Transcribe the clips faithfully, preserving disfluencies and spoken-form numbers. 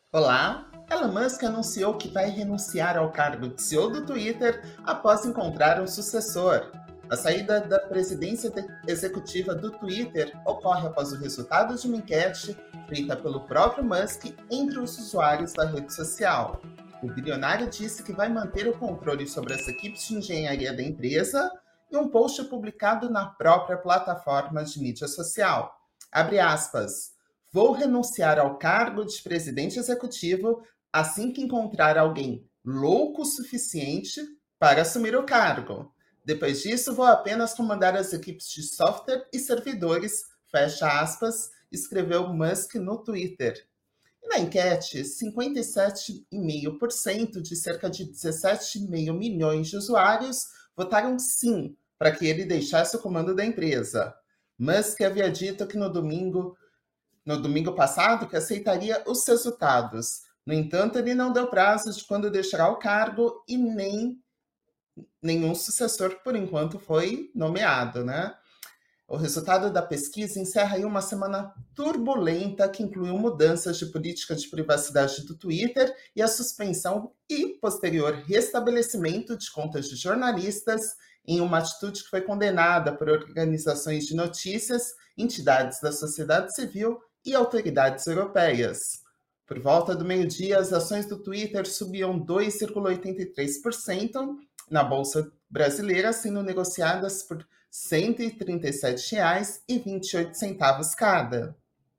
Olá! Elon Musk anunciou que vai renunciar ao cargo de C E O do Twitter após encontrar um sucessor. A saída da presidência de- executiva do Twitter ocorre após o resultado de uma enquete feita pelo próprio Musk entre os usuários da rede social. O bilionário disse que vai manter o controle sobre as equipes de engenharia da empresa em um post publicado na própria plataforma de mídia social. Abre aspas. Vou renunciar ao cargo de presidente executivo assim que encontrar alguém louco o suficiente para assumir o cargo. Depois disso, vou apenas comandar as equipes de software e servidores, fecha aspas, escreveu Musk no Twitter. E na enquete, cinquenta e sete vírgula cinco por cento de cerca de dezessete vírgula cinco milhões de usuários votaram sim para que ele deixasse o comando da empresa. Musk havia dito que no domingo no domingo passado que aceitaria os resultados. No entanto, ele não deu prazo de quando deixará o cargo e nem nenhum sucessor, por enquanto, foi nomeado, né? O resultado da pesquisa encerra aí uma semana turbulenta que incluiu mudanças de política de privacidade do Twitter e a suspensão e posterior restabelecimento de contas de jornalistas em uma atitude que foi condenada por organizações de notícias, entidades da sociedade civil e autoridades europeias. Por volta do meio-dia, as ações do Twitter subiam dois vírgula oitenta e três por cento na Bolsa Brasileira, sendo negociadas por cento e trinta e sete reais e vinte e oito centavos cada.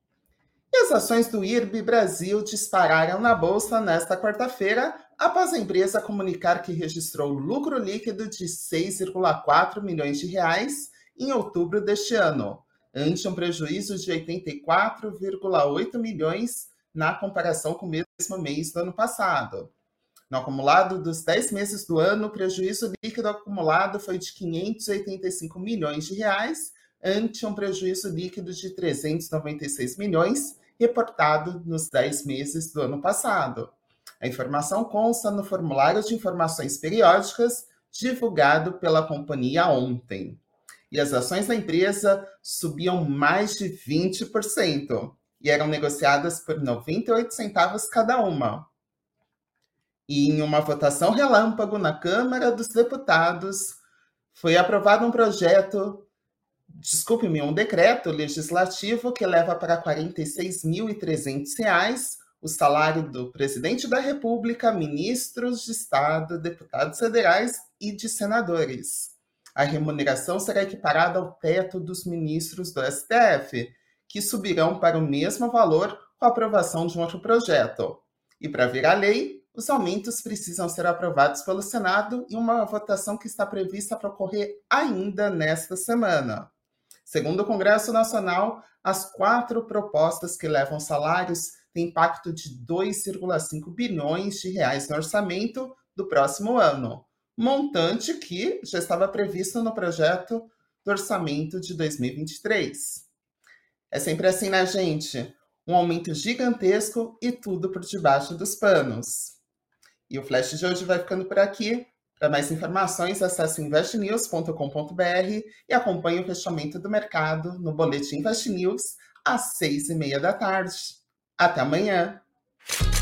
E as ações do I R B Brasil dispararam na bolsa nesta quarta-feira, após a empresa comunicar que registrou lucro líquido de seis vírgula quatro milhões de reais em outubro deste ano, ante um prejuízo de oitenta e quatro vírgula oito milhões na comparação com o mesmo mês do ano passado. No acumulado dos dez meses do ano, o prejuízo líquido acumulado foi de quinhentos e oitenta e cinco milhões de reais, ante um prejuízo líquido de trezentos e noventa e seis milhões, reportado nos dez meses do ano passado. A informação consta no formulário de informações periódicas divulgado pela companhia ontem. E as ações da empresa subiam mais de vinte por cento e eram negociadas por noventa e oito centavos cada uma. E em uma votação relâmpago na Câmara dos Deputados, foi aprovado um projeto, desculpe-me, um decreto legislativo que leva para quarenta e seis mil e trezentos reais o salário do presidente da República, ministros de Estado, deputados federais e de senadores. A remuneração será equiparada ao teto dos ministros do S T F, que subirão para o mesmo valor com a aprovação de um outro projeto. E para virar lei, os aumentos precisam ser aprovados pelo Senado em uma votação que está prevista para ocorrer ainda nesta semana. Segundo o Congresso Nacional, as quatro propostas que levam salários têm impacto de dois vírgula cinco bilhões de reais no orçamento do próximo ano, montante que já estava previsto no projeto do orçamento de dois mil e vinte e três. É sempre assim, né, gente? Um aumento gigantesco e tudo por debaixo dos panos. E o Flash de hoje vai ficando por aqui. Para mais informações, acesse invest news ponto com ponto b r e acompanhe o fechamento do mercado no Boletim Invest News às seis e meia da tarde. Até amanhã!